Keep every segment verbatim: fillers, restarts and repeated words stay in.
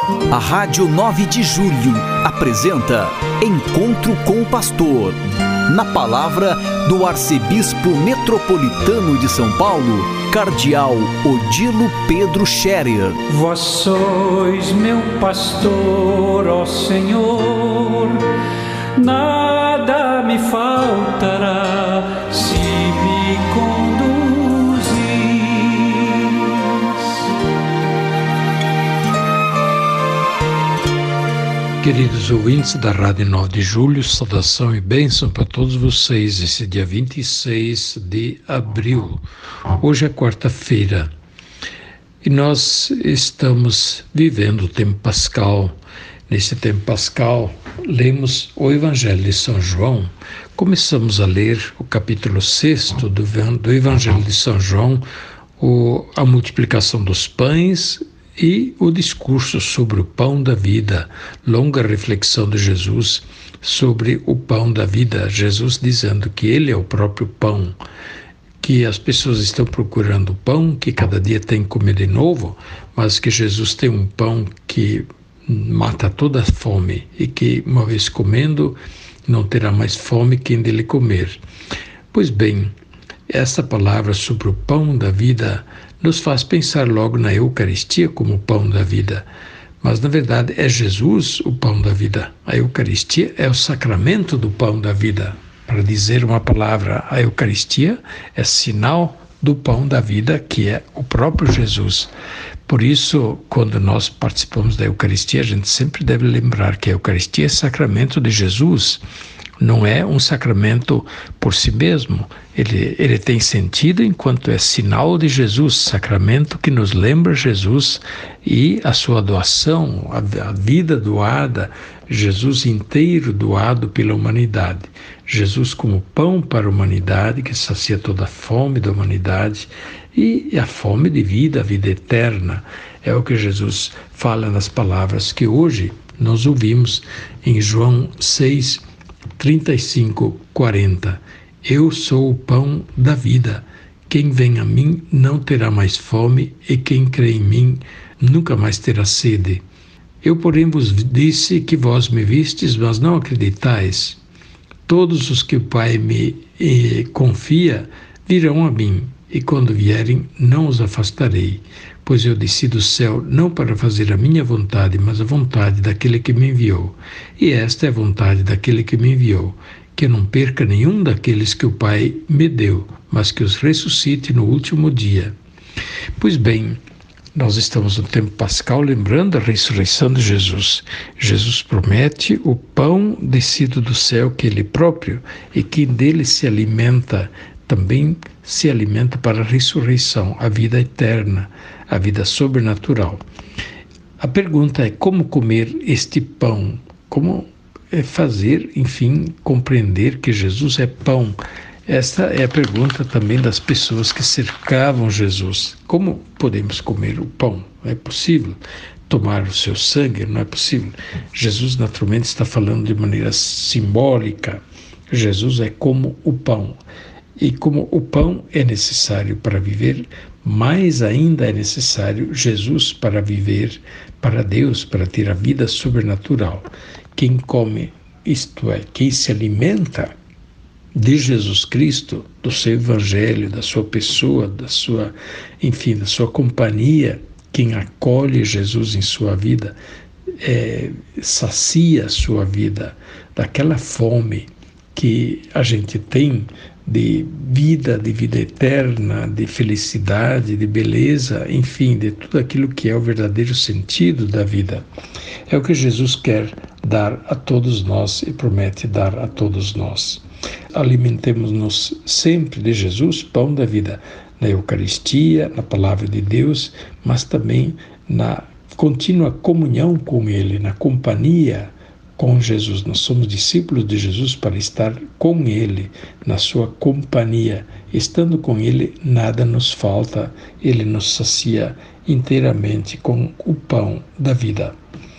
A Rádio nove de Julho apresenta Encontro com o Pastor. Na palavra do Arcebispo Metropolitano de São Paulo, Cardeal Odilo Pedro Scherer. Vós sois meu pastor, ó Senhor, nada me faltará se me conduzis. Queridos ouvintes da Rádio nove de Julho, saudação e bênção para todos vocês esse dia vinte e seis de abril. Hoje é quarta-feira e nós estamos vivendo o tempo pascal. Nesse tempo pascal, lemos o Evangelho de São João. Começamos a ler o capítulo sexto do, do Evangelho de São João, o, a multiplicação dos pães e o discurso sobre o pão da vida, longa reflexão de Jesus sobre o pão da vida, Jesus dizendo que ele é o próprio pão, que as pessoas estão procurando pão, que cada dia tem que comer de novo, mas que Jesus tem um pão que mata toda a fome e que, uma vez comendo, não terá mais fome quem dele comer. Pois bem, essa palavra sobre o pão da vida nos faz pensar logo na Eucaristia como o pão da vida. Mas, na verdade, é Jesus o pão da vida. A Eucaristia é o sacramento do pão da vida. Para dizer uma palavra, a Eucaristia é sinal do pão da vida, que é o próprio Jesus. Por isso, quando nós participamos da Eucaristia, a gente sempre deve lembrar que a Eucaristia é sacramento de Jesus. Não é um sacramento por si mesmo. Ele, ele tem sentido enquanto é sinal de Jesus, sacramento que nos lembra Jesus e a sua doação, a, a vida doada, Jesus inteiro doado pela humanidade. Jesus como pão para a humanidade, que sacia toda a fome da humanidade e a fome de vida, a vida eterna. É o que Jesus fala nas palavras que hoje nós ouvimos em João seis, trinta e cinco, quarenta. Eu sou o pão da vida. Quem vem a mim não terá mais fome, e quem crê em mim nunca mais terá sede. Eu, porém, vos disse que vós me vistes, mas não acreditais. Todos os que o Pai me eh, confia virão a mim, e quando vierem não os afastarei. Pois eu desci do céu não para fazer a minha vontade, mas a vontade daquele que me enviou. E esta é a vontade daquele que me enviou, que eu não perca nenhum daqueles que o Pai me deu, mas que os ressuscite no último dia. Pois bem, nós estamos no tempo pascal lembrando a ressurreição de Jesus. Jesus promete o pão descido do céu, que ele próprio, e que dele se alimenta, também se alimenta para a ressurreição, a vida eterna, a vida sobrenatural. A pergunta é como comer este pão? Como fazer, enfim, compreender que Jesus é pão? Esta é a pergunta também das pessoas que cercavam Jesus. Como podemos comer o pão? Não é possível. Tomar o seu sangue? Não é possível. Jesus naturalmente está falando de maneira simbólica. Jesus é como o pão. E como o pão é necessário para viver, mais ainda é necessário Jesus para viver, para Deus, para ter a vida sobrenatural. Quem come, isto é, quem se alimenta de Jesus Cristo, do seu Evangelho, da sua pessoa, da sua, enfim, da sua companhia, quem acolhe Jesus em sua vida, é, sacia a sua vida daquela fome que a gente tem de vida, de vida eterna, de felicidade, de beleza, enfim, de tudo aquilo que é o verdadeiro sentido da vida. É o que Jesus quer dar a todos nós e promete dar a todos nós. Alimentemos-nos sempre de Jesus, pão da vida, na Eucaristia, na Palavra de Deus, mas também na contínua comunhão com Ele, na companhia com Jesus. Nós somos discípulos de Jesus para estar com Ele, na sua companhia. Estando com Ele, nada nos falta. Ele nos sacia inteiramente com o pão da vida.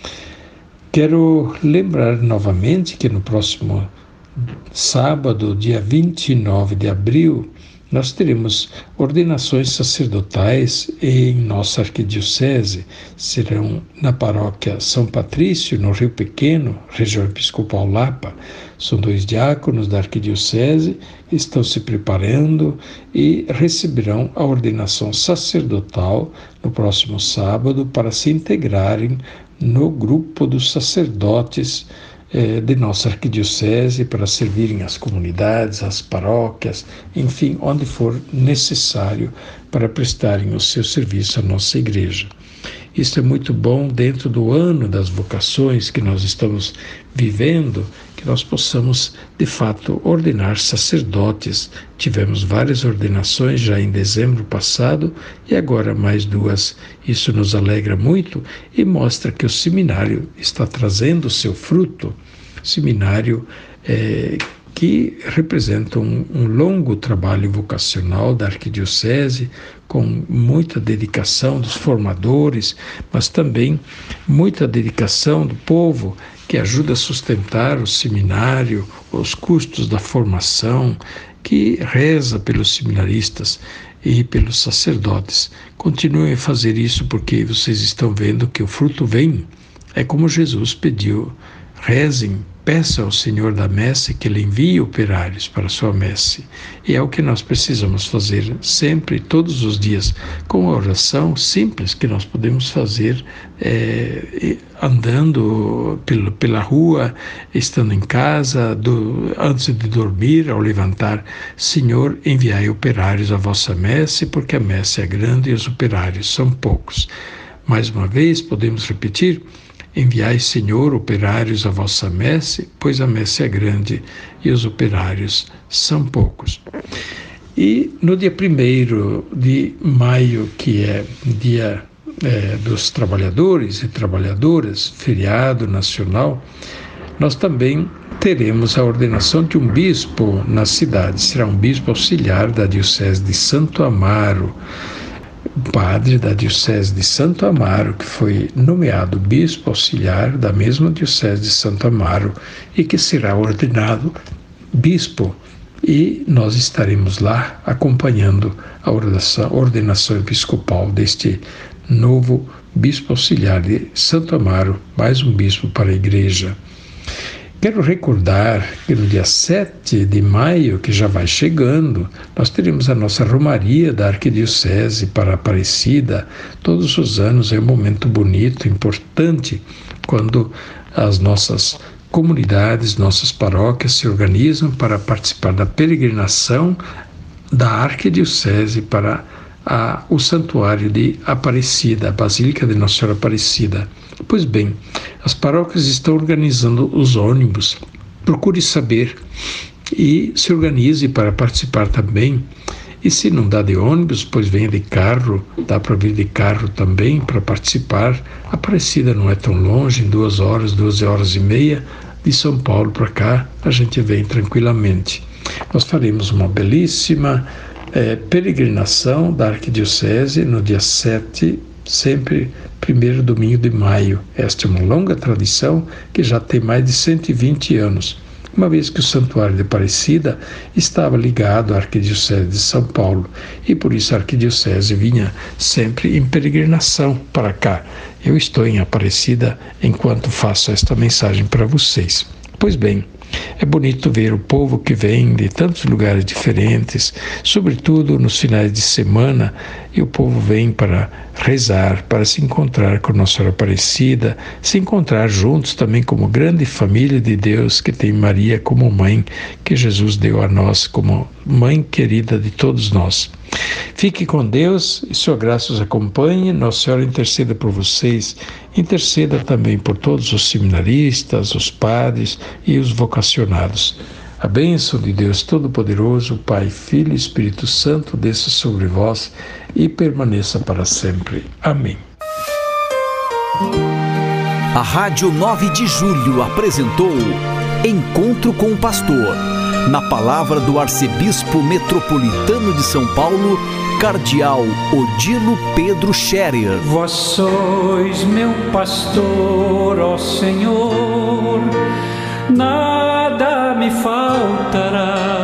Quero lembrar novamente que no próximo sábado, dia vinte e nove de abril, nós teremos ordenações sacerdotais em nossa arquidiocese. Serão na paróquia São Patrício, no Rio Pequeno, região episcopal Lapa. São dois diáconos da arquidiocese que estão se preparando e receberão a ordenação sacerdotal no próximo sábado para se integrarem no grupo dos sacerdotes de nossa arquidiocese, para servirem as comunidades, as paróquias, enfim, onde for necessário para prestarem o seu serviço à nossa igreja. Isso é muito bom dentro do ano das vocações que nós estamos vivendo, que nós possamos, de fato, ordenar sacerdotes. Tivemos várias ordenações já em dezembro passado e agora mais duas. Isso nos alegra muito e mostra que o seminário está trazendo o seu fruto. Seminário é, que representa um, um longo trabalho vocacional da arquidiocese, com muita dedicação dos formadores, mas também muita dedicação do povo que ajuda a sustentar o seminário, os custos da formação, que reza pelos seminaristas e pelos sacerdotes. Continuem a fazer isso porque vocês estão vendo que o fruto vem. É como Jesus pediu: rezem, peçam ao Senhor da messe que Ele envie operários para a sua messe. E é o que nós precisamos fazer sempre, todos os dias, com a oração simples que nós podemos fazer é, andando pela, pela rua, estando em casa, do, antes de dormir, ao levantar: Senhor, enviai operários à vossa messe, porque a messe é grande e os operários são poucos. Mais uma vez, podemos repetir: enviai, Senhor, operários à vossa messe, pois a messe é grande e os operários são poucos. E no dia primeiro de maio, que é dia é, dos trabalhadores e trabalhadoras, feriado nacional, nós também teremos a ordenação de um bispo na cidade. Será um bispo auxiliar da Diocese de Santo Amaro, padre da Diocese de Santo Amaro, que foi nomeado bispo auxiliar da mesma Diocese de Santo Amaro e que será ordenado bispo. E nós estaremos lá acompanhando a ordenação, ordenação episcopal deste novo bispo auxiliar de Santo Amaro, mais um bispo para a igreja. Quero recordar que no dia sete de maio, que já vai chegando, nós teremos a nossa Romaria da Arquidiocese para Aparecida. Todos os anos é um momento bonito, importante, quando as nossas comunidades, nossas paróquias se organizam para participar da peregrinação da Arquidiocese para a, o Santuário de Aparecida, a Basílica de Nossa Senhora Aparecida. Pois bem, as paróquias estão organizando os ônibus. Procure saber e se organize para participar também. E se não dá de ônibus, pois venha de carro, dá para vir de carro também para participar. Aparecida não é tão longe, em duas horas, duas horas e meia, de São Paulo para cá, a gente vem tranquilamente. Nós faremos uma belíssima é, peregrinação da Arquidiocese no dia sete, sempre primeiro domingo de maio. Esta é uma longa tradição que já tem mais de cento e vinte anos, uma vez que o Santuário de Aparecida estava ligado à Arquidiocese de São Paulo, e por isso a Arquidiocese vinha sempre em peregrinação para cá. Eu estou em Aparecida enquanto faço esta mensagem para vocês. Pois bem, é bonito ver o povo que vem de tantos lugares diferentes, sobretudo nos finais de semana, e o povo vem para rezar, para se encontrar com Nossa Senhora Aparecida, se encontrar juntos também como grande família de Deus que tem Maria como mãe, que Jesus deu a nós como mãe querida de todos nós. Fique com Deus e sua graça os acompanhe. Nossa Senhora interceda por vocês, interceda também por todos os seminaristas, os padres e os vocacionados. A bênção de Deus Todo-Poderoso, Pai, Filho e Espírito Santo, desça sobre vós e permaneça para sempre. Amém. A Rádio nove de Julho apresentou Encontro com o Pastor, na palavra do Arcebispo Metropolitano de São Paulo, Cardeal Odilo Pedro Scherer. Vós sois meu pastor, ó Senhor, nada me faltará.